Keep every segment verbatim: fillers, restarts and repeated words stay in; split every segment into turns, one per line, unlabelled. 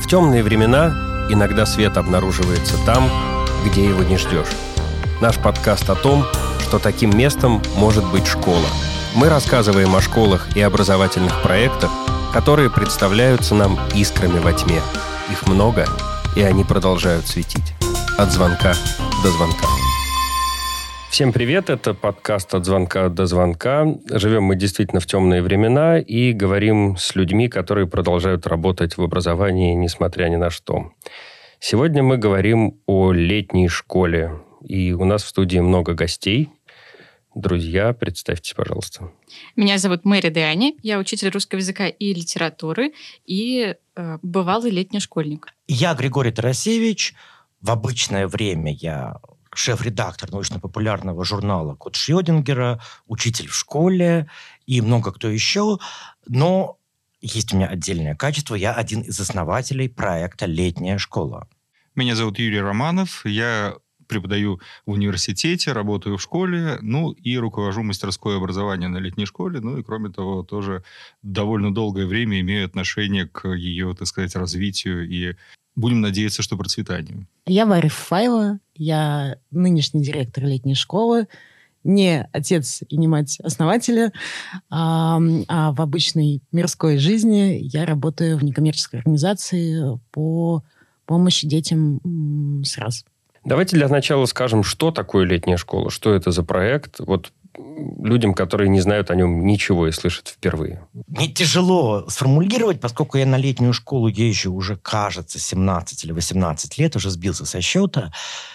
В темные времена иногда свет обнаруживается там, где его не ждешь. Наш подкаст о том, что таким местом может быть школа. Мы рассказываем о школах и образовательных проектах, которые представляются нам искрами во тьме. Их много, и они продолжают светить. От звонка до звонка. Всем привет, это подкаст «От звонка до звонка». Живем мы действительно в темные времена и говорим с людьми, которые продолжают работать в образовании, несмотря ни на что. Сегодня мы говорим о летней школе. И у нас в студии много гостей. Друзья, представьтесь, пожалуйста.
Меня зовут Мэри Дэани, я учитель русского языка и литературы и э, бывалый летний школьник.
Я Григорий Тарасевич. В обычное время я шеф-редактор научно-популярного журнала «Код Шрёдингера», учитель в школе и много кто еще. Но есть у меня отдельное качество. Я один из основателей проекта «Летняя школа».
Меня зовут Юрий Романов. Я преподаю в университете, работаю в школе, ну и руковожу мастерской образования на летней школе. Ну и, кроме того, тоже довольно долгое время имею отношение к ее, так сказать, развитию и, будем надеяться, что процветанию.
Я Варя Фаева, я нынешний директор летней школы, не отец и не мать основателя, а, а в обычной мирской жизни я работаю в некоммерческой организации по помощи детям с раз.
Давайте для начала скажем, что такое летняя школа, что это за проект, вот людям, которые не знают о нем ничего и слышат впервые.
Мне тяжело сформулировать, поскольку я на летнюю школу езжу уже, кажется, семнадцать или восемнадцать лет, уже сбился со счета.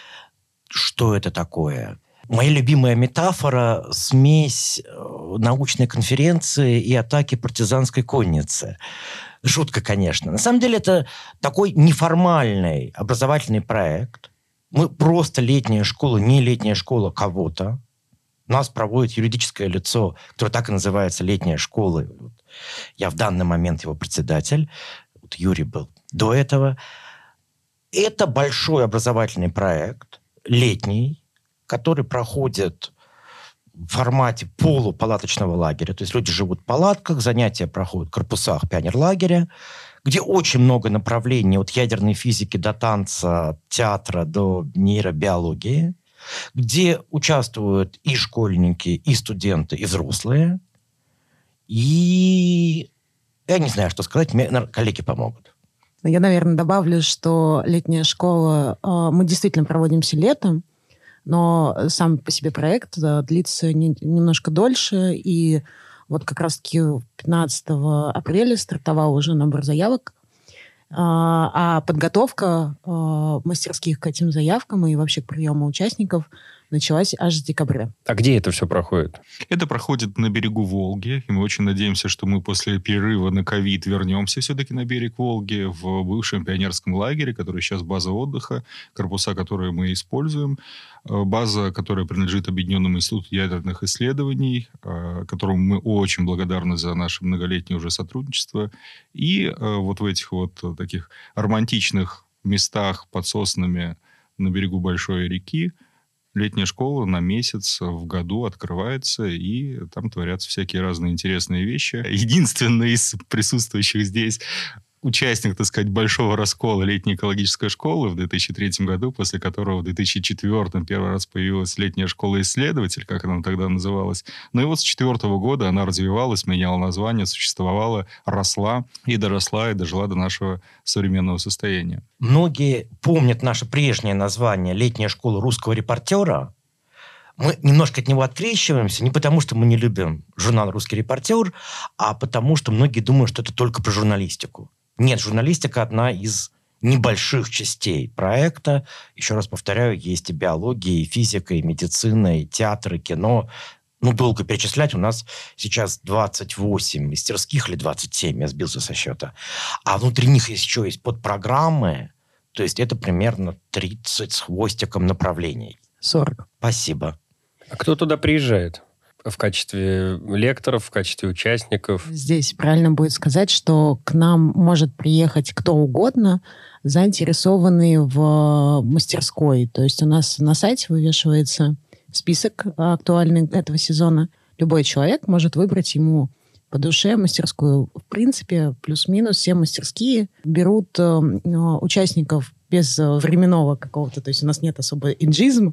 Что это такое? Моя любимая метафора – смесь научной конференции и атаки партизанской конницы. Шутка, конечно. На самом деле это такой неформальный образовательный проект. Мы просто летняя школа, не летняя школа кого-то. Нас проводит юридическое лицо, которое так и называется «Летняя школа». Я в данный момент его председатель. Вот Юрий был до этого. Это большой образовательный проект, летний, который проходит в формате полупалаточного лагеря. То есть люди живут в палатках, занятия проходят в корпусах пионерлагеря, где очень много направлений от ядерной физики до танца, театра до нейробиологии, где участвуют и школьники, и студенты, и взрослые. И я не знаю, что сказать, мне коллеги помогут.
Я, наверное, добавлю, что летняя школа, мы действительно проводимся летом, но сам по себе проект длится немножко дольше, и вот как раз-таки пятнадцатого апреля стартовал уже набор заявок, а подготовка мастерских к этим заявкам и вообще к приему участников началась аж с декабря.
А где это все проходит?
Это проходит на берегу Волги, и мы очень надеемся, что мы после перерыва на ковид вернемся все-таки на берег Волги в бывшем пионерском лагере, который сейчас база отдыха, корпуса, которые мы используем. База, которая принадлежит Объединенному институту ядерных исследований, которому мы очень благодарны за наше многолетнее уже сотрудничество. И вот в этих вот таких романтичных местах под соснами на берегу большой реки летняя школа на месяц в году открывается, и там творятся всякие разные интересные вещи. Единственный из присутствующих здесь участник, так сказать, большого раскола летней экологической школы в две тысячи третьем году, после которого в две тысячи четвёртом первый раз появилась летняя школа-исследователь, как она тогда называлась. Ну и вот с две тысячи четвёртого года она развивалась, меняла название, существовала, росла и доросла, и дожила до нашего современного состояния.
Многие помнят наше прежнее название «Летняя школа русского репортера». Мы немножко от него открещиваемся, не потому, что мы не любим журнал «Русский репортер», а потому, что многие думают, что это только про журналистику. Нет, журналистика одна из небольших частей проекта. Еще раз повторяю, есть и биология, и физика, и медицина, и театр, и кино. Ну, долго перечислять. У нас сейчас двадцать восемь мастерских или двадцать семь, я сбился со счета. А внутри них еще есть подпрограммы. То есть это примерно тридцать с хвостиком направлений.
сорок.
Спасибо.
А кто туда приезжает? В качестве лекторов, в качестве участников?
Здесь правильно будет сказать, что к нам может приехать кто угодно, заинтересованный в мастерской. То есть у нас на сайте вывешивается список актуальный этого сезона. Любой человек может выбрать ему по душе мастерскую. В принципе, плюс-минус все мастерские берут э, участников без временного какого-то, то есть у нас нет особо инджизма.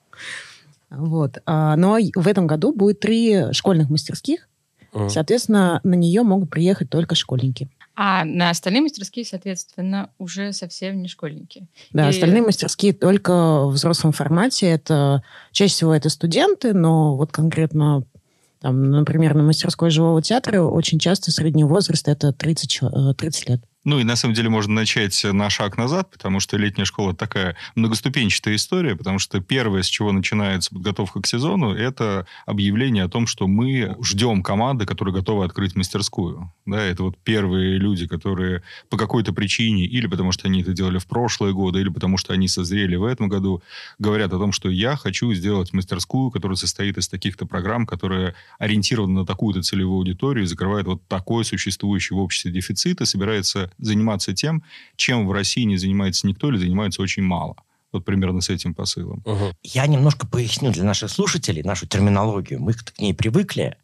Вот. А, но в этом году будет три школьных мастерских. Uh-huh. Соответственно, на нее могут приехать только школьники.
А на остальные мастерские, соответственно, уже совсем не школьники.
Да,
И...
остальные мастерские только в взрослом формате. Это чаще всего это студенты, но вот конкретно, там, например, на мастерской живого театра очень часто средний возраст это тридцать, тридцать лет.
Ну и на самом деле можно начать на шаг назад, потому что летняя школа такая многоступенчатая история, потому что первое, с чего начинается подготовка к сезону, это объявление о том, что мы ждем команды, которые готовы открыть мастерскую. Да, это вот первые люди, которые по какой-то причине, или потому что они это делали в прошлые годы, или потому что они созрели в этом году, говорят о том, что я хочу сделать мастерскую, которая состоит из таких-то программ, которые ориентированы на такую-то целевую аудиторию, закрывают вот такой существующий в обществе дефицит и собирается заниматься тем, чем в России не занимается никто или занимается очень мало. Вот примерно с этим посылом.
Угу. Я немножко поясню для наших слушателей нашу терминологию. Мы к ней привыкли,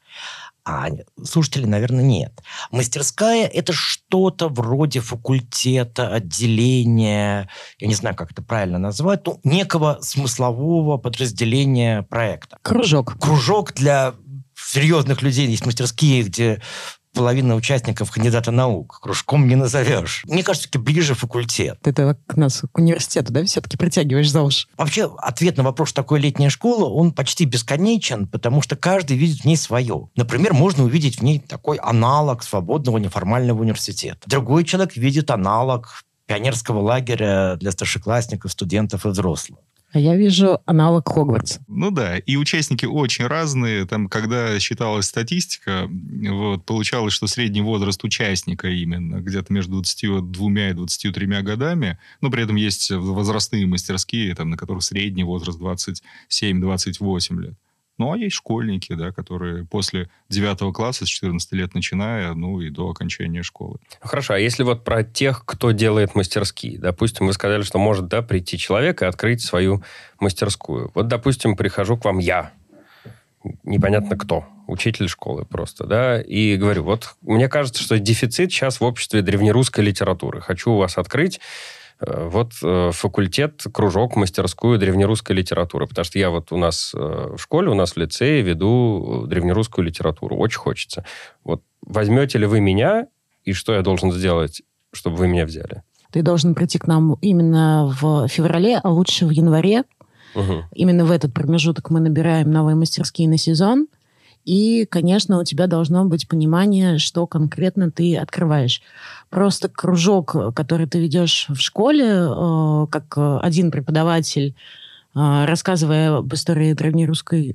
а слушателей, наверное, нет. Мастерская – это что-то вроде факультета, отделения, я не знаю, как это правильно назвать, ну, некого смыслового подразделения проекта.
Кружок.
Кружок для серьезных людей. Есть мастерские, где половина участников кандидата наук. Кружком не назовешь. Мне кажется, все-таки ближе факультет.
Ты к нас, к университету, да, все-таки притягиваешь за уши?
Вообще, ответ на вопрос, что такое летняя школа, он почти бесконечен, потому что каждый видит в ней свое. Например, можно увидеть в ней такой аналог свободного неформального университета. Другой человек видит аналог пионерского лагеря для старшеклассников, студентов и взрослых.
А я вижу аналог Хогвартса.
Ну да, и участники очень разные. Там, когда считалась статистика, вот, получалось, что средний возраст участника именно где-то между двадцатью двумя и двадцатью тремя годами. Но при этом есть возрастные мастерские, там, на которых средний возраст двадцать семь - двадцать восемь лет. Ну, а есть школьники, да, которые после девятого класса, с четырнадцати лет начиная, ну, и до окончания школы.
Хорошо, а если вот про тех, кто делает мастерские? Допустим, вы сказали, что может, да, прийти человек и открыть свою мастерскую. Вот, допустим, прихожу к вам я, непонятно кто, учитель школы просто, да, и говорю, вот мне кажется, что дефицит сейчас в обществе древнерусской литературы. Хочу у вас открыть вот э, факультет, кружок, мастерскую древнерусской литературы. Потому что я вот у нас э, в школе, у нас в лицее веду древнерусскую литературу. Очень хочется. Вот возьмете ли вы меня, и что я должен сделать, чтобы вы меня взяли?
Ты должен прийти к нам именно в феврале, а лучше в январе. Угу. Именно в этот промежуток мы набираем новые мастерские на сезон. И, конечно, у тебя должно быть понимание, что конкретно ты открываешь. Просто кружок, который ты ведешь в школе, э, как один преподаватель, э, рассказывая об истории древнерусской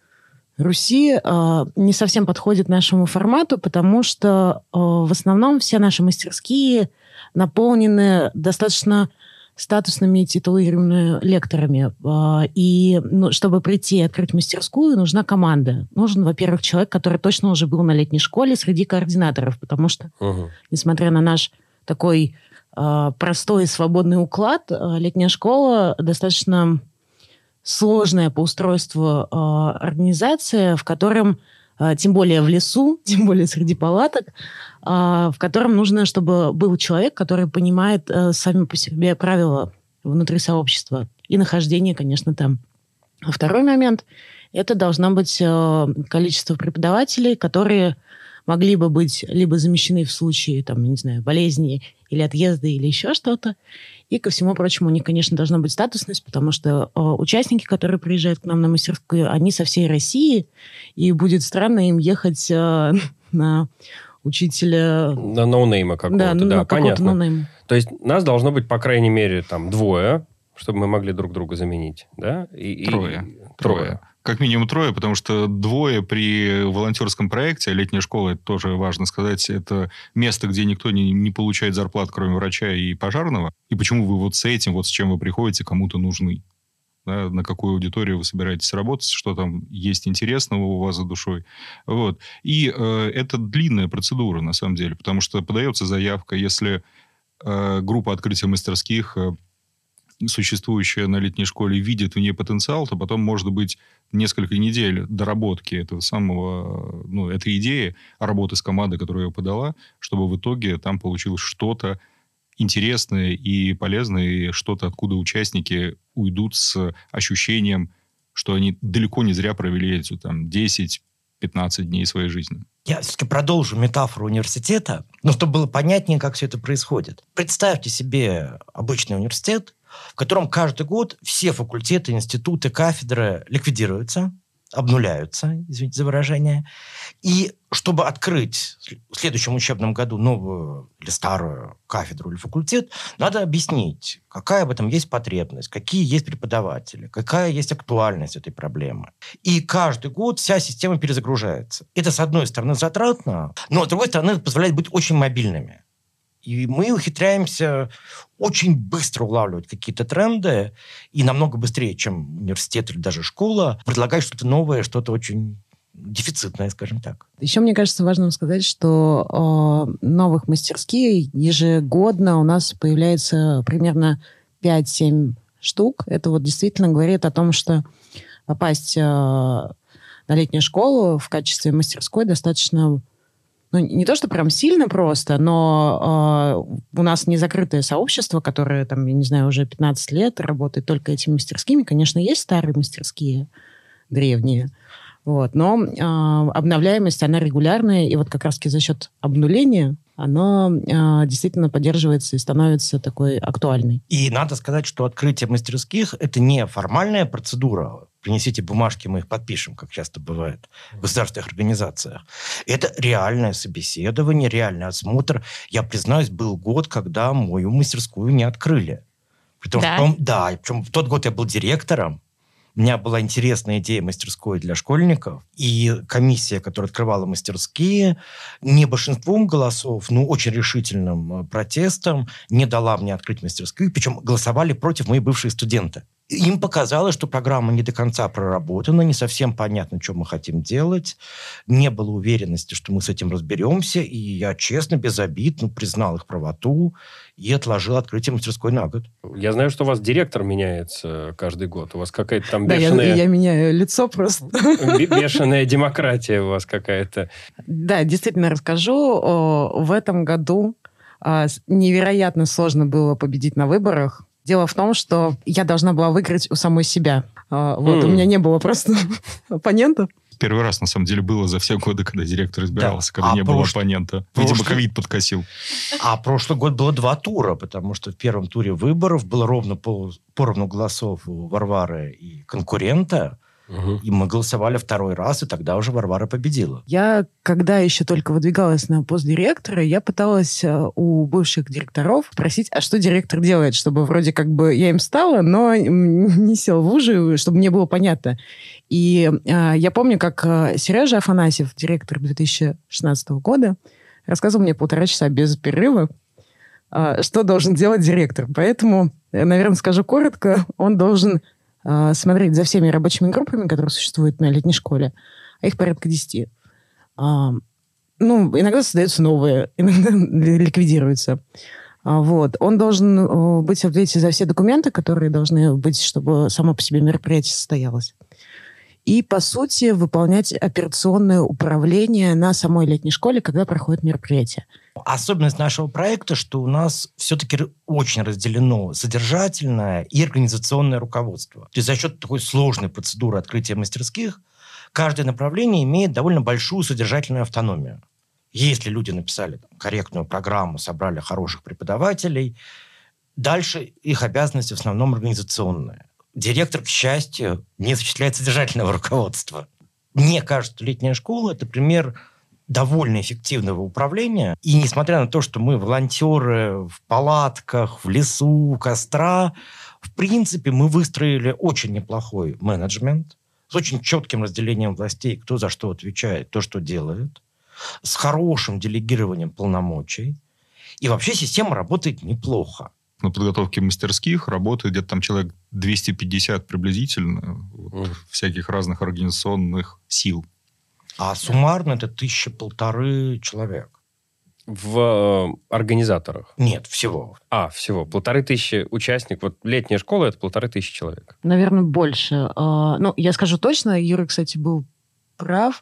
Руси, э, не совсем подходит нашему формату, потому что э, в основном все наши мастерские наполнены достаточно статусными и титулированными лекторами. И ну, чтобы прийти и открыть мастерскую, нужна команда. Нужен, во-первых, человек, который точно уже был на летней школе среди координаторов, потому что, угу. несмотря на наш такой э, простой и свободный уклад, э, летняя школа достаточно сложная по устройству э, организация, в котором, э, тем более в лесу, тем более среди палаток, в котором нужно, чтобы был человек, который понимает э, сами по себе правила внутри сообщества и нахождение, конечно, там. А второй момент – это должно быть э, количество преподавателей, которые могли бы быть либо замещены в случае, там, не знаю, болезни или отъезда, или еще что-то. И, ко всему прочему, у них, конечно, должна быть статусность, потому что э, участники, которые приезжают к нам на мастерскую, они со всей России, и будет странно им ехать э, на... учителя...
На ноунейма какого-то, да, да понятно. No-name. То есть нас должно быть, по крайней мере, там двое, чтобы мы могли друг друга заменить, да? И,
трое.
И...
Трое. Трое. Как минимум трое, потому что двое при волонтерском проекте, а летняя школа, это тоже важно сказать, это место, где никто не, не получает зарплат, кроме врача и пожарного. И почему вы вот с этим, вот с чем вы приходите, кому-то нужны? Да, на какую аудиторию вы собираетесь работать, что там есть интересного у вас за душой. Вот. И э, это длинная процедура, на самом деле, потому что подается заявка, если э, группа открытия мастерских э, существующая на летней школе видит в ней потенциал, то потом, может быть, несколько недель доработки этого самого, ну, этой идеи, работы с командой, которая ее подала, чтобы в итоге там получилось что-то интересное и полезное, и что-то, откуда участники уйдут с ощущением, что они далеко не зря провели эти там десять-пятнадцать дней своей жизни.
Я все-таки продолжу метафору университета, но чтобы было понятнее, как все это происходит. Представьте себе обычный университет, в котором каждый год все факультеты, институты, кафедры ликвидируются, обнуляются, извините за выражение. И чтобы открыть в следующем учебном году новую или старую кафедру или факультет, надо объяснить, какая в этом есть потребность, какие есть преподаватели, какая есть актуальность этой проблемы. И каждый год вся система перезагружается. Это, с одной стороны, затратно, но, с другой стороны, это позволяет быть очень мобильными. И мы ухитряемся очень быстро улавливать какие-то тренды и намного быстрее, чем университет или даже школа, предлагать что-то новое, что-то очень дефицитное, скажем так.
Еще, мне кажется, важно сказать, что э, новых мастерских ежегодно у нас появляется примерно пять-семь штук. Это вот действительно говорит о том, что попасть э, на летнюю школу в качестве мастерской достаточно... Ну, не то, что прям сильно просто, но э, у нас не закрытое сообщество, которое, там, я не знаю, уже пятнадцать лет работает только этими мастерскими. Конечно, есть старые мастерские, древние, вот, но э, обновляемость, она регулярная, и вот как раз-таки за счет обнуления она э, действительно поддерживается и становится такой актуальной.
И надо сказать, что открытие мастерских – это не формальная процедура. Принесите бумажки, мы их подпишем, как часто бывает в государственных организациях. Это реальное собеседование, реальный осмотр. Я признаюсь, был год, когда мою мастерскую не открыли. Притом,
да?
Что, да, причем в тот год я был директором. У меня была интересная идея мастерской для школьников. И комиссия, которая открывала мастерские, не большинством голосов, но очень решительным протестом не дала мне открыть мастерские. Причем голосовали против мои бывшие студенты. Им показалось, что программа не до конца проработана, не совсем понятно, что мы хотим делать. Не было уверенности, что мы с этим разберемся. И я честно, без обид, ну, признал их правоту и отложил открытие мастерской на год.
Я знаю, что у вас директор меняется каждый год. У вас какая-то там
Да,
бешеная...
я, я меняю лицо просто.
Бешеная демократия у вас какая-то.
Да, действительно расскажу. В этом году невероятно сложно было победить на выборах. Дело в том, что я должна была выиграть у самой себя. Вот, mm. У меня не было просто оппонента.
Первый раз, на самом деле, было за все годы, когда директор избирался, да. когда
а
не
прош...
было оппонента. Видимо,
прошлый...
ковид подкосил.
А прошлый год было два тура, потому что в первом туре выборов было ровно пол... поровну голосов у Варвары и конкурента. Угу. И мы голосовали второй раз, и тогда уже Варвара победила.
Я, когда еще только выдвигалась на пост директора, я пыталась у бывших директоров спросить, а что директор делает, чтобы вроде как бы я им стала, но не сел в ужи, чтобы мне было понятно. И э, я помню, как Сережа Афанасьев, директор две тысячи шестнадцатого года, рассказывал мне полтора часа без перерыва, э, что должен делать директор. Поэтому, наверное, скажу коротко, он должен смотреть за всеми рабочими группами, которые существуют на летней школе, а их порядка десяти. А, ну, иногда создаются новые, иногда ликвидируются. А, вот. Он должен быть в ответе за все документы, которые должны быть, чтобы само по себе мероприятие состоялось. И, по сути, выполнять операционное управление на самой летней школе, когда проходит мероприятие.
Особенность нашего проекта, что у нас все-таки очень разделено содержательное и организационное руководство. То есть за счет такой сложной процедуры открытия мастерских каждое направление имеет довольно большую содержательную автономию. Если люди написали там корректную программу, собрали хороших преподавателей, дальше их обязанности в основном организационные. Директор, к счастью, не осуществляет содержательного руководства. Мне кажется, летняя школа – это пример довольно эффективного управления. И несмотря на то, что мы волонтеры в палатках, в лесу, у костра, в принципе, мы выстроили очень неплохой менеджмент с очень четким разделением властей, кто за что отвечает, кто что делает, с хорошим делегированием полномочий. И вообще система работает неплохо.
На подготовке мастерских работает где-то там человек двести пятьдесят приблизительно, вот, mm. всяких разных организационных сил.
А суммарно это тысяча полторы человек.
В э, организаторах?
Нет, всего.
А, всего. Полторы тысячи участников. Вот летняя школа – это полторы тысячи человек.
Наверное, больше. А, ну, я скажу точно, Юра, кстати, был прав,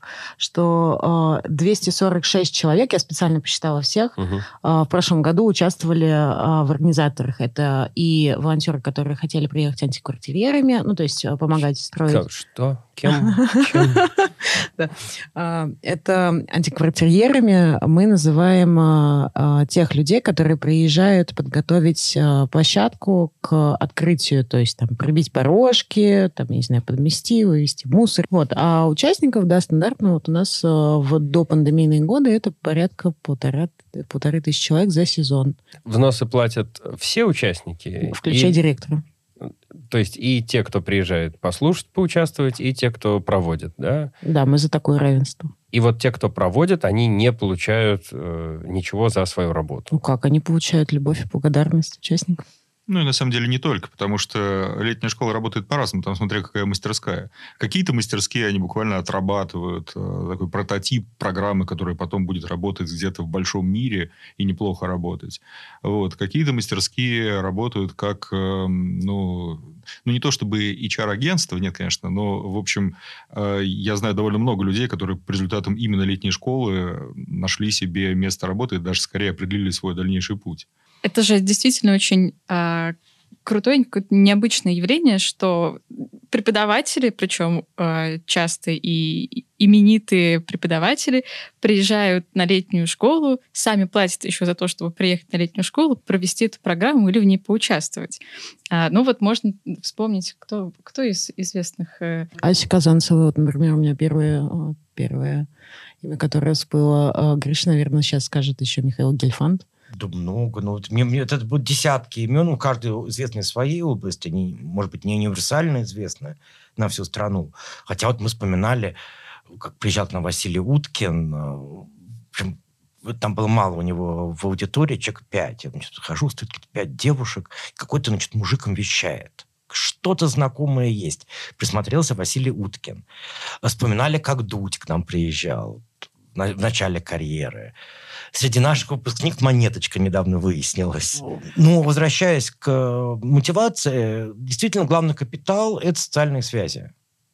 что э, двести сорок шесть человек, я специально посчитала всех,
Угу.
э, в прошлом году участвовали э, в организаторах. Это и волонтеры, которые хотели приехать антиквартирьерами, ну, то есть э, помогать строить...
Как? Что? Кем? Чем?
Да. А, Это антиквартирьерами мы называем а, а, тех людей, которые приезжают подготовить а, площадку к открытию, то есть там пробить порожки, там, я не знаю, подмести, вывести мусор. Вот. А участников, да, стандартно вот у нас а, в допандемийные годы это порядка полтора, полторы тысячи человек за сезон.
Взносы платят все участники?
Включая
И-
директора.
То есть и те, кто приезжает послушать, поучаствовать, и те, кто проводит, да?
Да, мы за такое равенство.
И вот те, кто проводит, они не получают э, ничего за свою работу.
Ну как, они получают любовь и благодарность участников.
Ну и на самом деле не только, потому что летняя школа работает по-разному, там смотря какая мастерская. Какие-то мастерские, они буквально отрабатывают э, такой прототип программы, которая потом будет работать где-то в большом мире и неплохо работать. Вот. Какие-то мастерские работают как, э, ну, ну, не то чтобы эйч ар-агентство, нет, конечно, но, в общем, э, я знаю довольно много людей, которые по результатам именно летней школы нашли себе место работы и даже скорее определили свой дальнейший путь.
Это же действительно очень а, крутое, какое-то необычное явление, что преподаватели, причем а, часто и именитые преподаватели, приезжают на летнюю школу, сами платят еще за то, чтобы приехать на летнюю школу, провести эту программу или в ней поучаствовать. А, ну вот можно вспомнить, кто, кто из известных... э,
Ася Казанцева, вот, например, у меня первое, э, первое имя, которое всплыло. Э, Гриш, наверное, сейчас скажет еще Михаил Гельфанд.
Да много. Ну, вот, мне, мне, это будут десятки имен, у каждой известны в своей области. Они, может быть, не универсально известны на всю страну. Хотя вот мы вспоминали, как приезжал к нам Василий Уткин. В общем, там было мало у него в аудитории, человек пять. Я, значит, хожу, стоит пять девушек, какой-то, значит, мужик им вещает. Что-то знакомое есть. Присмотрелся Василий Уткин. Вспоминали, как Дудь к нам приезжал в начале карьеры. Среди наших выпускников Монеточка недавно выяснилась. Ну, возвращаясь к мотивации, действительно, главный капитал – это социальные связи.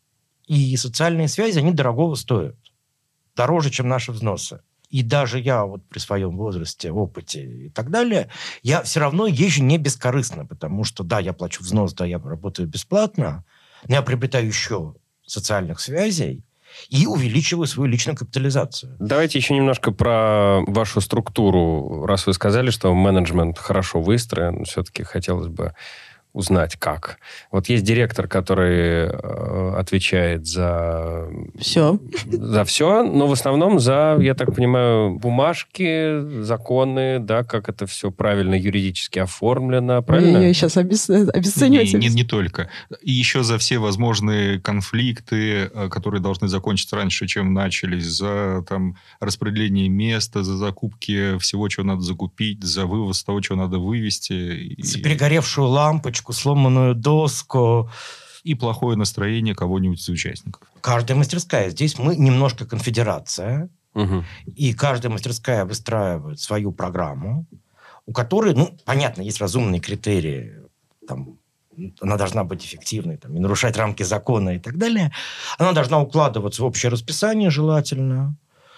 И социальные связи, они дорогого стоят. Дороже, чем наши взносы. И даже я вот при своем возрасте, опыте и так далее, я все равно езжу не бескорыстно, потому что, да, я плачу взнос, да, я работаю бесплатно, но я приобретаю еще социальных связей, и увеличиваю свою личную капитализацию.
Давайте еще немножко про вашу структуру. Раз вы сказали, что менеджмент хорошо выстроен, все-таки хотелось бы узнать, как. Вот есть директор, который э, отвечает за...
Все.
За все, но в основном за, я так понимаю, бумажки, законы, да, как это все правильно юридически оформлено, правильно?
Я сейчас обесценивать.
Не, не, не только. И еще за все возможные конфликты, которые должны закончиться раньше, чем начались, за там, распределение места, за закупки всего, чего надо закупить, за вывоз того, чего надо вывести.
За перегоревшую лампочку, сломанную доску.
И плохое настроение кого-нибудь из участников.
Каждая мастерская. Здесь мы немножко конфедерация.
Угу.
И каждая мастерская выстраивает свою программу, у которой, ну, понятно, есть разумные критерии. Там, она должна быть эффективной, там, не нарушать рамки закона и так далее. Она должна укладываться в общее расписание желательно.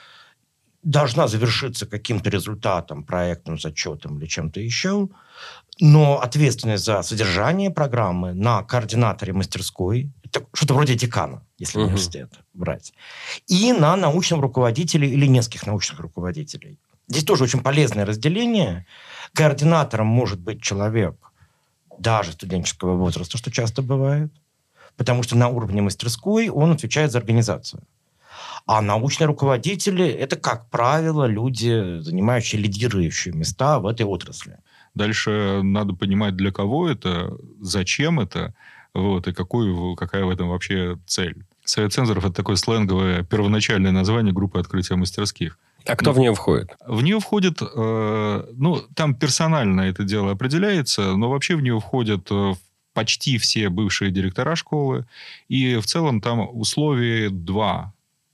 Должна завершиться каким-то результатом, проектом, зачетом или чем-то еще. Но ответственность за содержание программы на координаторе мастерской, это что-то вроде декана, если uh-huh. университет брать, и на научном руководителе или нескольких научных руководителей. Здесь тоже очень полезное разделение. Координатором может быть человек даже студенческого возраста, что часто бывает, потому что на уровне мастерской он отвечает за организацию. А научные руководители – это, как правило, люди, занимающие лидирующие места в этой отрасли.
Дальше надо понимать, для кого это, зачем это, вот, и какой, какая в этом вообще цель. Совет цензоров – это такое сленговое первоначальное название группы открытия мастерских.
А кто в нее входит?
В нее входит, э, ну, там персонально это дело определяется, но вообще в нее входят э, почти все бывшие директора школы, и в целом там условия два.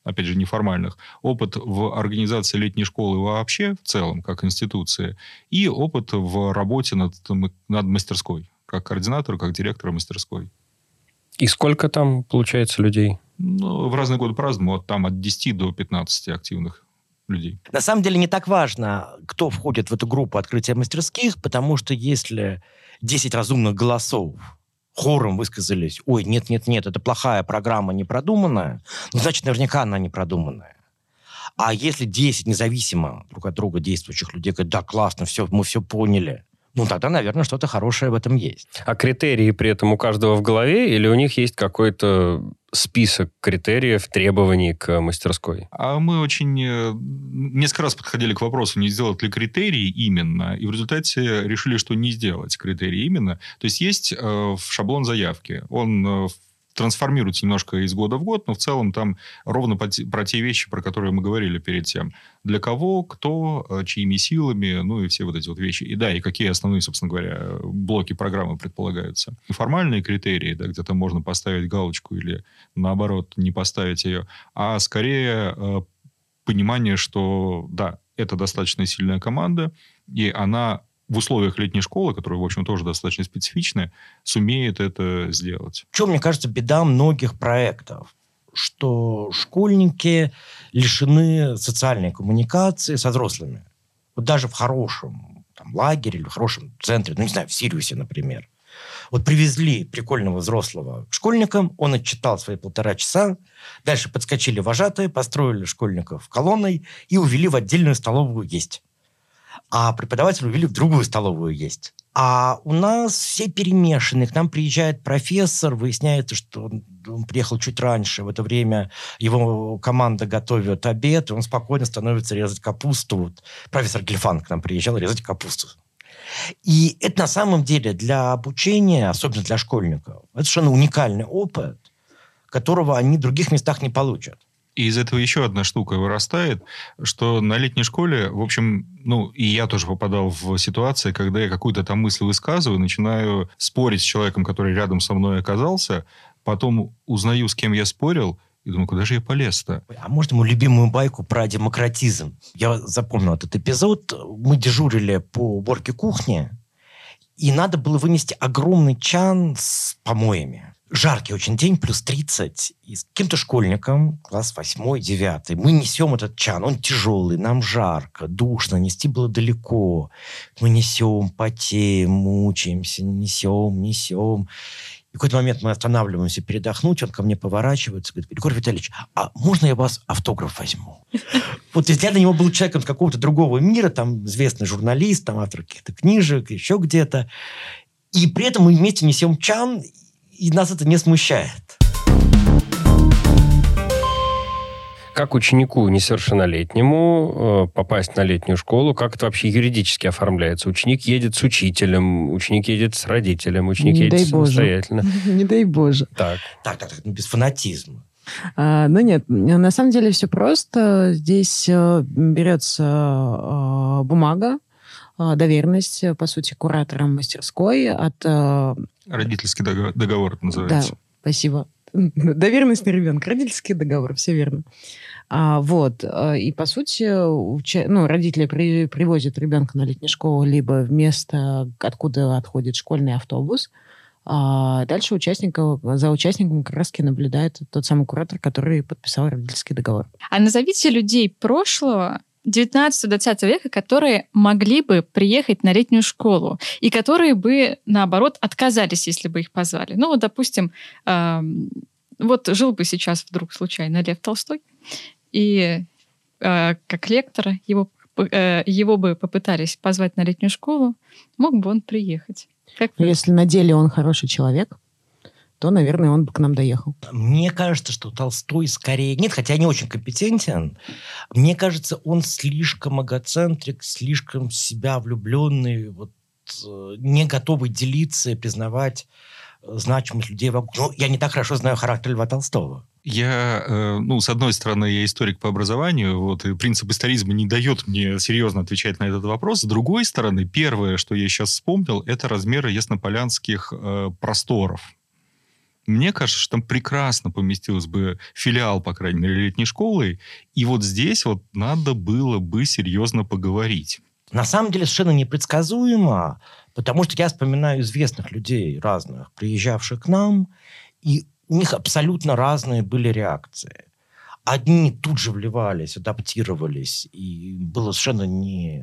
опять же, неформальных, опыт в организации летней школы вообще в целом, как институции, и опыт в работе над, над мастерской, как координатора, как директора мастерской.
И сколько там, получается, людей?
Ну, в разные годы по-разному. Там от десяти до пятнадцати активных людей.
На самом деле не так важно, кто входит в эту группу открытия мастерских, потому что если десять разумных голосов хором высказались: ой, нет-нет-нет, это плохая программа, не продуманная, ну, значит, наверняка она не продуманная. А если десять независимо друг от друга действующих людей говорят: да, классно, все, мы все поняли, ну, тогда, наверное, что-то хорошее в этом есть.
А критерии при этом у каждого в голове, или у них есть какой-то список критериев, требований к мастерской?
А мы очень несколько раз подходили к вопросу, не сделать ли критерии именно, и в результате решили, что не сделать критерии именно. То есть есть э, шаблон заявки. Он э, трансформируется немножко из года в год, но в целом там ровно по те, про те вещи, про которые мы говорили перед тем. Для кого, кто, чьими силами, ну и все вот эти вот вещи. И да, и какие основные, собственно говоря, блоки программы предполагаются. Формальные критерии, да, где-то можно поставить галочку или, наоборот, не поставить ее, а скорее э, понимание, что, да, это достаточно сильная команда, и она в условиях летней школы, которая, в общем, тоже достаточно специфичная, сумеет это сделать.
В чем, мне кажется, беда многих проектов? Что школьники лишены социальной коммуникации со взрослыми. Вот даже в хорошем там, лагере или в хорошем центре, ну, не знаю, в Сириусе, например. Вот привезли прикольного взрослого к школьникам, он отчитал свои полтора часа, дальше подскочили вожатые, построили школьников колонной и увели в отдельную столовую есть. А преподавателя увели в другую столовую есть. А у нас все перемешаны. К нам приезжает профессор, выясняется, что он, он приехал чуть раньше. В это время его команда готовит обед, и он спокойно становится резать капусту. Вот профессор Гельфан к нам приезжал резать капусту. И это на самом деле для обучения, особенно для школьников, это совершенно уникальный опыт, которого они в других местах не получат.
И из этого еще одна штука вырастает, что на летней школе, в общем, ну, и я тоже попадал в ситуации, когда я какую-то там мысль высказываю, начинаю спорить с человеком, который рядом со мной оказался, потом узнаю, с кем я спорил, и думаю, куда же я полез-то?
А можно мою любимую байку про демократизм? Я запомнил этот эпизод. Мы дежурили по уборке кухни, и надо было вынести огромный чан с помоями. Жаркий очень день, плюс тридцать. И с каким-то школьником, класс восьмой, девятый, мы несем этот чан. Он тяжелый, нам жарко, душно, нести было далеко. Мы несем, потеем, мучаемся, несем, несем. И в какой-то момент мы останавливаемся передохнуть, он ко мне поворачивается, говорит: Егор Витальевич, а можно я у вас автограф возьму? Вот я для него был человеком с какого-то другого мира, там известный журналист, там автор каких-то книжек, еще где-то. И при этом мы вместе несем чан, и нас это не смущает.
Как ученику несовершеннолетнему попасть на летнюю школу? Как это вообще юридически оформляется? Ученик едет с учителем, ученик едет с родителем, ученик
Не
едет
дай
самостоятельно.
Боже. Не дай боже.
Так.
Так, так, так, без фанатизма.
А, ну нет, на самом деле все просто. Здесь а, берется а, бумага, а, доверенность, по сути, куратором мастерской от... А,
Родительский договор, договор это называется.
Да, спасибо. Доверенность на ребенка, родительский договор, все верно. А, вот, и по сути, уча... ну, родители при... привозят ребенка на летнюю школу либо в место, откуда отходит школьный автобус, а дальше участника, за участником как раз-таки наблюдает тот самый куратор, который подписал родительский договор.
А назовите людей прошлого, девятнадцатого-двадцатого века, которые могли бы приехать на летнюю школу и которые бы, наоборот, отказались, если бы их позвали. Ну, вот, допустим, э, вот жил бы сейчас вдруг случайно Лев Толстой, и э, как лектора его, э, его бы попытались позвать на летнюю школу, мог бы он приехать. Как вы?
Если на деле он хороший человек, то, наверное, он бы к нам доехал.
Мне кажется, что Толстой скорее... Нет, хотя я не очень компетентен. Мне кажется, он слишком эгоцентрик, слишком в себя влюбленный, вот, не готовый делиться и признавать значимость людей вокруг. Ну, я не так хорошо знаю характер Льва Толстого.
Я, э, ну, с одной стороны, я историк по образованию, вот, и принцип историзма не дает мне серьезно отвечать на этот вопрос. С другой стороны, первое, что я сейчас вспомнил, это размеры яснополянских э, просторов. мне кажется, что там прекрасно поместился бы филиал, по крайней мере, летней школы. И вот здесь вот надо было бы серьезно поговорить.
На самом деле совершенно непредсказуемо, потому что я вспоминаю известных людей разных, приезжавших к нам, и у них абсолютно разные были реакции. Одни тут же вливались, адаптировались, и было совершенно не,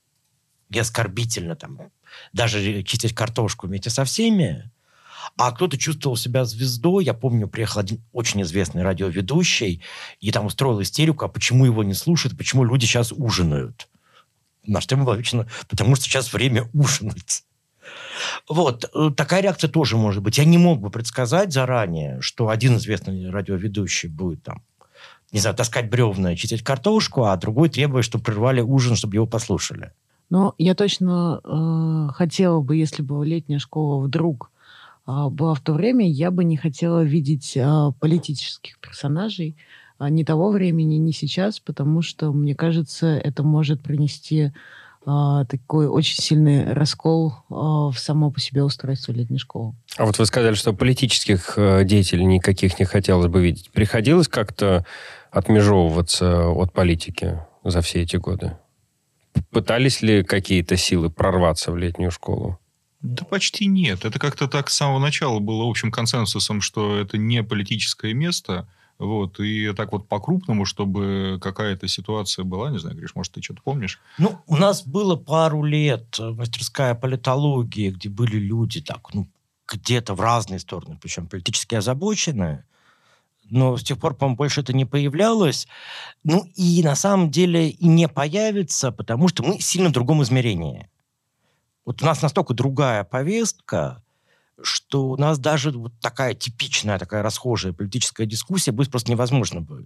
не оскорбительно там, даже чистить картошку вместе со всеми. А кто-то чувствовал себя звездой. Я помню, приехал один очень известный радиоведущий, и там устроил истерику, а почему его не слушают, почему люди сейчас ужинают. Наш тема была вечно, потому что сейчас время ужинать. Вот. Такая реакция тоже может быть. Я не мог бы предсказать заранее, что один известный радиоведущий будет там, не знаю, таскать бревна, чистить картошку, а другой требует, чтобы прервали ужин, чтобы его послушали.
Но я точно э, хотела бы, если бы летняя школа вдруг э, была в то время, я бы не хотела видеть э, политических персонажей э, ни того времени, ни сейчас, потому что, мне кажется, это может принести э, такой очень сильный раскол э, в само по себе устройство летней школы.
А вот вы сказали, что политических э, деятелей никаких не хотелось бы видеть. Приходилось как-то отмежевываться от политики за все эти годы? Пытались ли какие-то силы прорваться в летнюю школу?
Да почти нет. Это как-то так с самого начала было общим консенсусом, что это не политическое место. Вот, и так вот по-крупному, чтобы какая-то ситуация была. Не знаю, Гриш, может, ты что-то помнишь?
Ну, у нас было пару лет мастерская политологии, где были люди так, ну, где-то в разные стороны, причем политически озабоченные. Но с тех пор, по-моему, больше это не появлялось. Ну, и на самом деле и не появится, потому что мы сильно в другом измерении. Вот у нас настолько другая повестка, что у нас даже вот такая типичная, такая расхожая политическая дискуссия будет просто невозможно будет.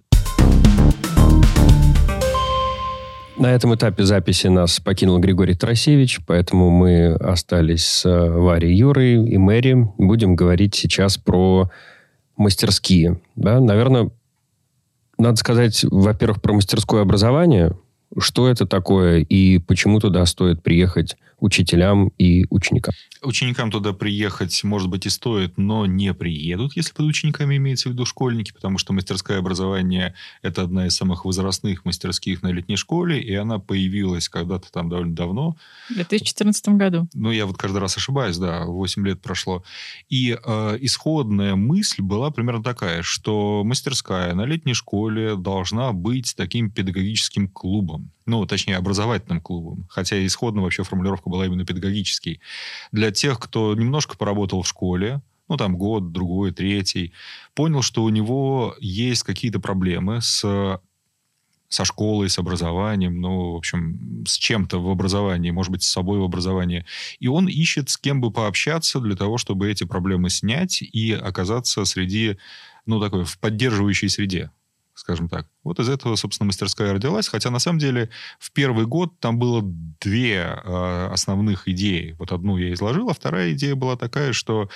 На этом этапе записи нас покинул Григорий Тарасевич, поэтому мы остались с Варей, Юрой и Мэри. Будем говорить сейчас про мастерские. Да? Наверное, надо сказать, во-первых, про мастерское образование. Что это такое и почему туда стоит приехать учителям и ученикам?
Ученикам туда приехать, может быть, и стоит, но не приедут, если под учениками имеется в виду школьники, потому что мастерское образование – это одна из самых возрастных мастерских на летней школе, и она появилась когда-то там довольно давно.
В две тысячи четырнадцатом году.
Ну, я вот каждый раз ошибаюсь, да, восемь лет прошло. И э, исходная мысль была примерно такая, что мастерская на летней школе должна быть таким педагогическим клубом. Ну, точнее, образовательным клубом. Хотя исходно вообще формулировка была именно педагогический. Для тех, кто немножко поработал в школе, ну, там, год, другой, третий, понял, что у него есть какие-то проблемы с, со школой, с образованием, ну, в общем, с чем-то в образовании, может быть, с собой в образовании. И он ищет, с кем бы пообщаться для того, чтобы эти проблемы снять и оказаться среди, ну, такой, в поддерживающей среде, скажем так. Вот из этого, собственно, мастерская родилась. Хотя, на самом деле, в первый год там было две э, основных идеи. Вот одну я изложил, а вторая идея была такая, что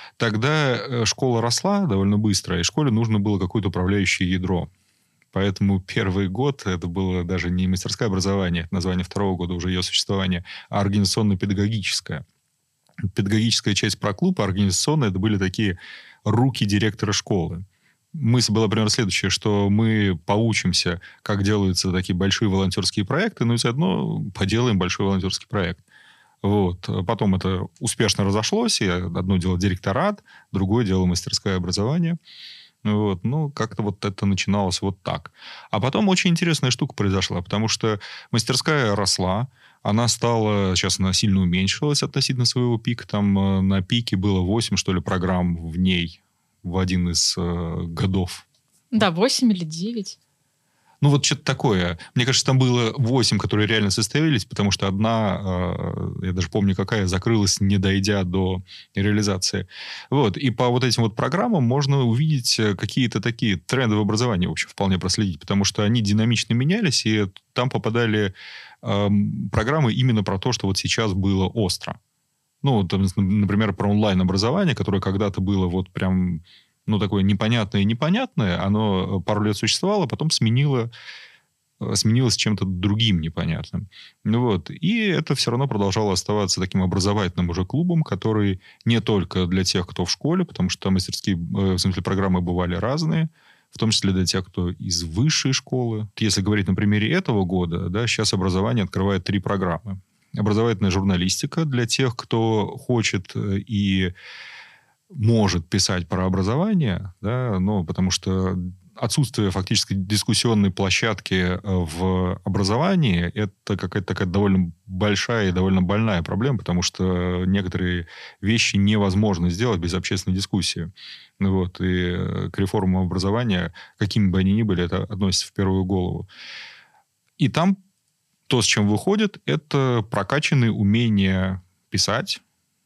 тогда школа росла довольно быстро, и школе нужно было какое-то управляющее ядро. Поэтому первый год это было даже не мастерское образование, это название второго года уже ее существования, а организационно-педагогическое. Педагогическая часть про клуб, а организационная это были такие руки директора школы. Мысль была примерно следующая, что мы поучимся, как делаются такие большие волонтерские проекты, но и заодно поделаем большой волонтерский проект. Вот. Потом это успешно разошлось, и одно дело директорат, другое дело мастерское образование. Вот. Ну, как-то вот это начиналось вот так. А потом очень интересная штука произошла, потому что мастерская росла, она стала, сейчас она сильно уменьшилась относительно своего пика, там на пике было восемь, что ли, программ в ней, в один из э, годов.
Да, восемь или девять.
Ну, вот что-то такое. Мне кажется, там было восемь, которые реально состоялись, потому что одна, э, я даже помню, какая, закрылась, не дойдя до реализации. Вот. И по вот этим вот программам можно увидеть какие-то такие тренды в образовании, в общем, вполне проследить, потому что они динамично менялись, и там попадали э, программы именно про то, что вот сейчас было остро. Ну, там, например, про онлайн-образование, которое когда-то было вот прям, ну, такое непонятное и непонятное. Оно пару лет существовало, потом сменило сменилось чем-то другим непонятным. Ну вот. И это все равно продолжало оставаться таким образовательным уже клубом, который не только для тех, кто в школе, потому что там мастерские, в смысле, программы бывали разные, в том числе для тех, кто из высшей школы. Если говорить на примере этого года, да, сейчас образование открывает три программы. Образовательная журналистика для тех, кто хочет и может писать про образование, да, ну, потому что отсутствие фактически дискуссионной площадки в образовании – это какая-то такая довольно большая и довольно больная проблема, потому что некоторые вещи невозможно сделать без общественной дискуссии. Вот. И к реформам образования, какими бы они ни были, это относится в первую голову. И там то, с чем выходит, это прокачанные умения писать,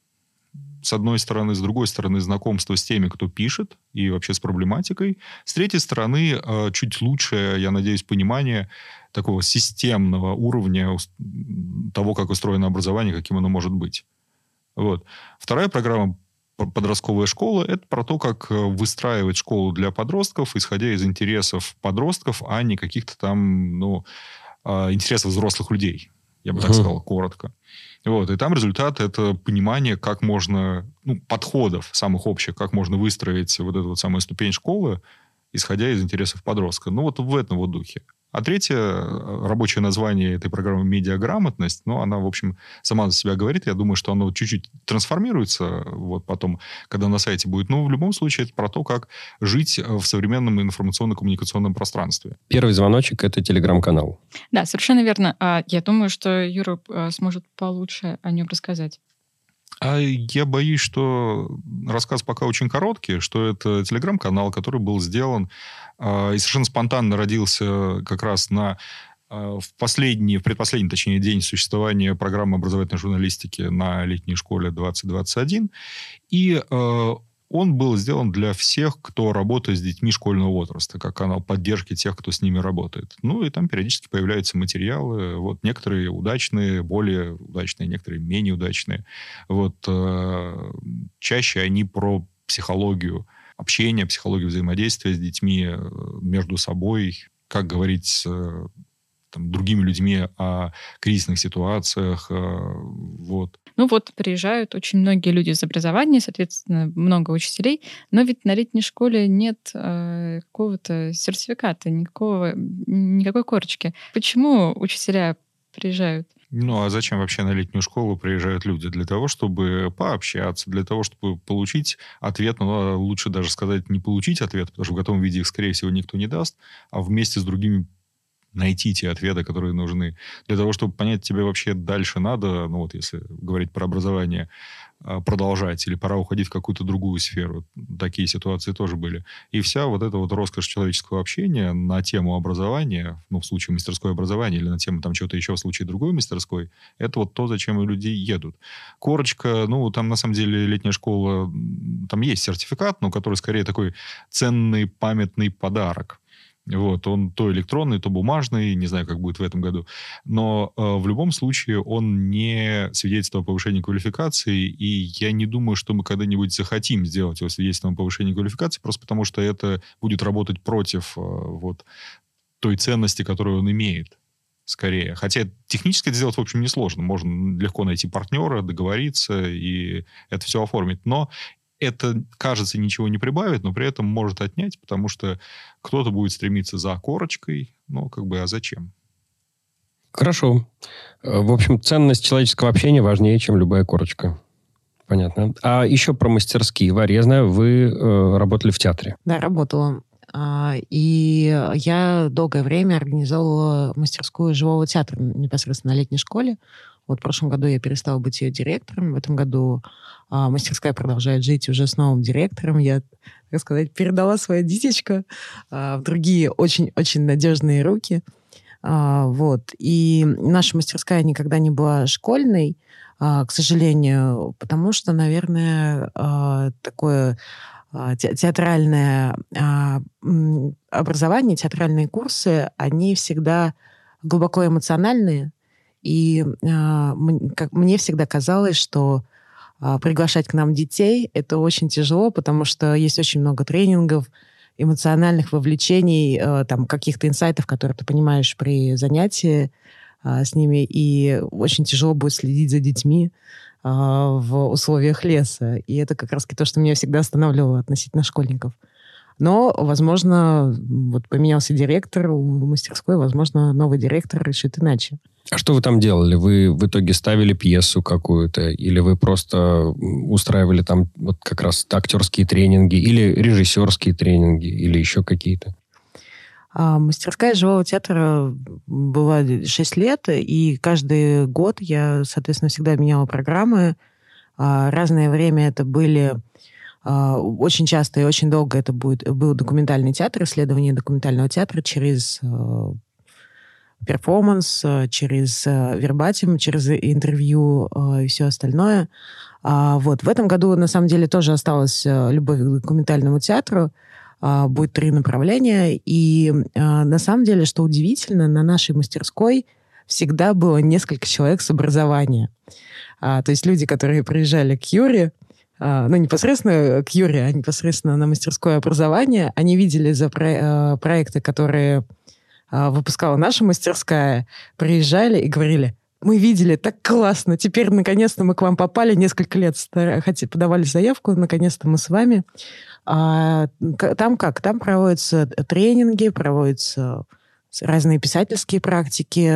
с одной стороны, с другой стороны, знакомство с теми, кто пишет, и вообще с проблематикой. С третьей стороны, чуть лучшее, я надеюсь, понимание такого системного уровня того, как устроено образование, каким оно может быть. Вот. Вторая программа «Подростковая школа» — это про то, как выстраивать школу для подростков, исходя из интересов подростков, а не каких-то там, ну, интересов взрослых людей. Я бы так сказал, коротко. Вот. И там результат – это понимание, как можно, ну, подходов самых общих, как можно выстроить вот эту вот самую ступень школы, исходя из интересов подростка. Ну, вот в этом вот духе. А третье, рабочее название этой программы «Медиаграмотность», ну, она, в общем, сама за себя говорит. Я думаю, что оно чуть-чуть трансформируется вот потом, когда на сайте будет. Но в любом случае это про то, как жить в современном информационно-коммуникационном пространстве.
Первый звоночек – это телеграм-канал.
Да, совершенно верно. Я думаю, что Юра сможет получше о нем рассказать.
А я боюсь, что рассказ пока очень короткий, что это телеграм-канал, который был сделан э, и совершенно спонтанно родился как раз на, э, в последний, в предпоследний, точнее, день существования программы образовательной журналистики на летней школе двадцать двадцать один. И э, он был сделан для всех, кто работает с детьми школьного возраста, как канал поддержки тех, кто с ними работает. Ну, и там периодически появляются материалы. Вот некоторые удачные, более удачные, некоторые менее удачные. Вот э, чаще они про психологию общения, психологию взаимодействия с детьми между собой, как говорить с там, другими людьми о кризисных ситуациях. Э, вот.
Ну вот, приезжают очень многие люди из образования, соответственно, много учителей, но ведь на летней школе нет э, какого-то сертификата, никакого, никакой корочки. Почему учителя приезжают?
Ну, а зачем вообще на летнюю школу приезжают люди? Для того, чтобы пообщаться, для того, чтобы получить ответ. Ну, лучше даже сказать не получить ответ, потому что в готовом виде их, скорее всего, никто не даст, а вместе с другими найти те ответы, которые нужны. Для того, чтобы понять, тебе вообще дальше надо, ну вот если говорить про образование, продолжать или пора уходить в какую-то другую сферу. Такие ситуации тоже были. И вся вот эта вот роскошь человеческого общения на тему образования, ну, в случае мастерское образование или на тему там чего-то еще в случае другой мастерской, это вот то, зачем люди едут. Корочка, ну, там на самом деле летняя школа, там есть сертификат, но который скорее такой ценный памятный подарок. Вот, он то электронный, то бумажный, не знаю, как будет в этом году. Но э, в любом случае он не свидетельство о повышении квалификации, и я не думаю, что мы когда-нибудь захотим сделать его свидетельством о повышении квалификации, просто потому что это будет работать против э, вот, той ценности, которую он имеет. Скорее. Хотя технически это сделать, в общем, несложно. Можно легко найти партнера, договориться и это все оформить. Но это, кажется, ничего не прибавит, но при этом может отнять, потому что кто-то будет стремиться за корочкой. Ну, как бы, а зачем?
Хорошо. В общем, ценность человеческого общения важнее, чем любая корочка. Понятно. А еще про мастерские. Варя, я знаю, вы э, работали в театре.
Да, работала. И я долгое время организовывала мастерскую живого театра непосредственно на летней школе. Вот в прошлом году я перестала быть ее директором. В этом году а, мастерская продолжает жить уже с новым директором. Я, так сказать, передала свое дитятчко а, в другие очень-очень надежные руки. А, вот. И наша мастерская никогда не была школьной, а, к сожалению, потому что, наверное, а, такое а, те, театральное а, образование, театральные курсы, они всегда глубоко эмоциональные. И э, как, мне всегда казалось, что э, приглашать к нам детей — это очень тяжело, потому что есть очень много тренингов, эмоциональных вовлечений, там, каких-то инсайтов, которые ты понимаешь при занятии с ними, и очень тяжело будет следить за детьми в условиях леса. И это как раз то, что меня всегда останавливало относительно школьников. Но, возможно, вот поменялся директор у мастерской, возможно, новый директор решит иначе.
А что вы там делали? Вы в итоге ставили пьесу какую-то? Или вы просто устраивали там вот как раз актерские тренинги? Или режиссерские тренинги? Или еще какие-то?
А, мастерская живого театра была шесть лет, и каждый год я, соответственно, всегда меняла программы. А, разное время это были... Очень часто и очень долго это будет, был документальный театр, исследование документального театра через э, перформанс, через э, вербатим, через интервью э, и все остальное. А, вот. В этом году, на самом деле, тоже осталась э, любовь к документальному театру. А, будет три направления. И э, на самом деле, что удивительно, на нашей мастерской всегда было несколько человек с образования. А, то есть люди, которые приезжали к Юре, ну, непосредственно к Юре, а непосредственно на мастерское образование. Они видели за про- проекты, которые выпускала наша мастерская, приезжали и говорили: мы видели, так классно, теперь наконец-то мы к вам попали, несколько лет хотя подавали заявку, наконец-то мы с вами. А, там как? Там проводятся тренинги, проводятся разные писательские практики,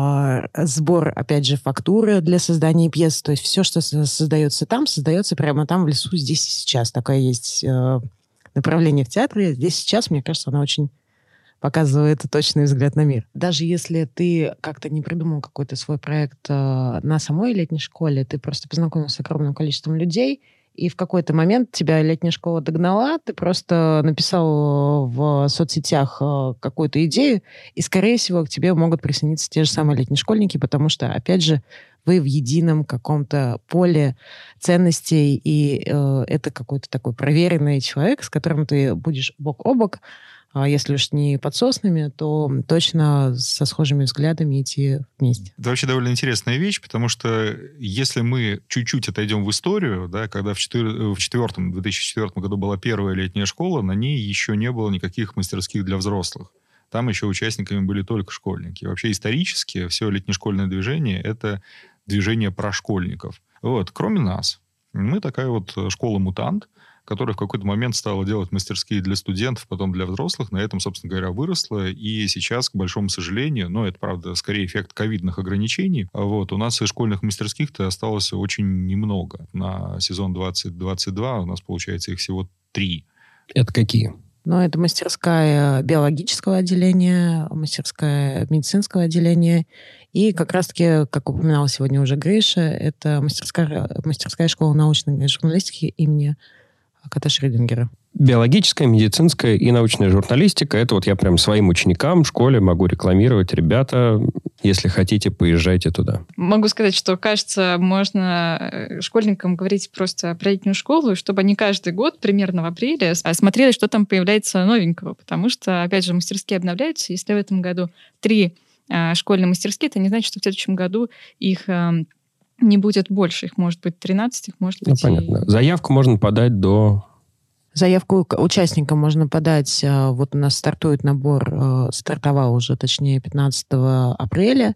сбор, опять же, фактуры для создания пьес. То есть все, что создается там, создается прямо там, в лесу, здесь и сейчас. Такое есть направление в театре. Здесь сейчас, мне кажется, оно очень показывает точный взгляд на мир. Даже если ты как-то не придумал какой-то свой проект на самой летней школе, ты просто познакомился с огромным количеством людей, и в какой-то момент тебя летняя школа догнала, ты просто написал в соцсетях какую-то идею, и, скорее всего, к тебе могут присоединиться те же самые летние школьники, потому что, опять же, вы в едином каком-то поле ценностей, и э, это какой-то такой проверенный человек, с которым ты будешь бок о бок, а если уж не под соснами, то точно со схожими взглядами идти вместе.
Это вообще довольно интересная вещь, потому что если мы чуть-чуть отойдем в историю, да, когда в, четвер... в четвертом, две тысячи четвёртом году была первая летняя школа, на ней еще не было никаких мастерских для взрослых. Там еще участниками были только школьники. Вообще исторически все летнешкольное движение – это движение про школьников. Вот. Кроме нас. Мы такая вот школа-мутант, которая в какой-то момент стала делать мастерские для студентов, потом для взрослых. На этом, собственно говоря, выросла. И сейчас, к большому сожалению, но это, правда, скорее эффект ковидных ограничений, вот, у нас и школьных мастерских-то осталось очень немного. На сезон двадцать двадцать два у нас, получается, их всего три.
Это какие?
Ну, это мастерская биологического отделения, мастерская медицинского отделения. И как раз-таки, как упоминал сегодня уже Гриша, это мастерская, мастерская школа научной журналистики имени Кота Шрёдингера.
Биологическая, медицинская и научная журналистика. Это вот я прям своим ученикам в школе могу рекламировать. Ребята, если хотите, поезжайте туда.
Могу сказать, что, кажется, можно школьникам говорить просто про летнюю школу, чтобы они каждый год, примерно в апреле, смотрели, что там появляется новенького. Потому что, опять же, мастерские обновляются. Если в этом году три а, школьные мастерские, это не значит, что в следующем году их... А, не будет больше. Их может быть тринадцать, их может быть...
Ну, понятно. И... Заявку можно подать до...
Заявку участникам можно подать. Вот у нас стартует набор, стартовал уже, точнее, пятнадцатого апреля.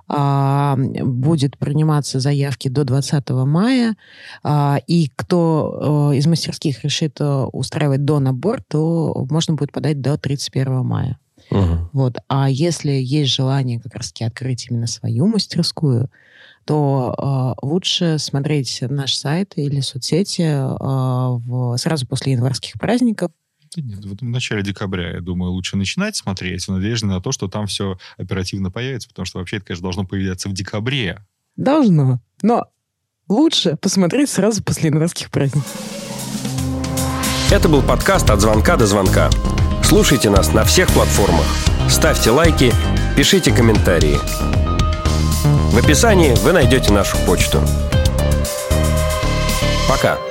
Будет приниматься заявки до двадцатого мая. И кто из мастерских решит устраивать донабор, то можно будет подать до тридцать первого мая. Угу. Вот. А если есть желание как раз-таки открыть именно свою мастерскую, то э, лучше смотреть наш сайт или соцсети э, в, сразу после январских праздников.
Нет, в начале декабря, я думаю, лучше начинать смотреть в надежде на то, что там все оперативно появится, потому что вообще это, конечно, должно появляться в декабре.
Должно, но лучше посмотреть сразу после январских праздников.
Это был подкаст «От звонка до звонка». Слушайте нас на всех платформах. Ставьте лайки, пишите комментарии. В описании вы найдете нашу почту. Пока.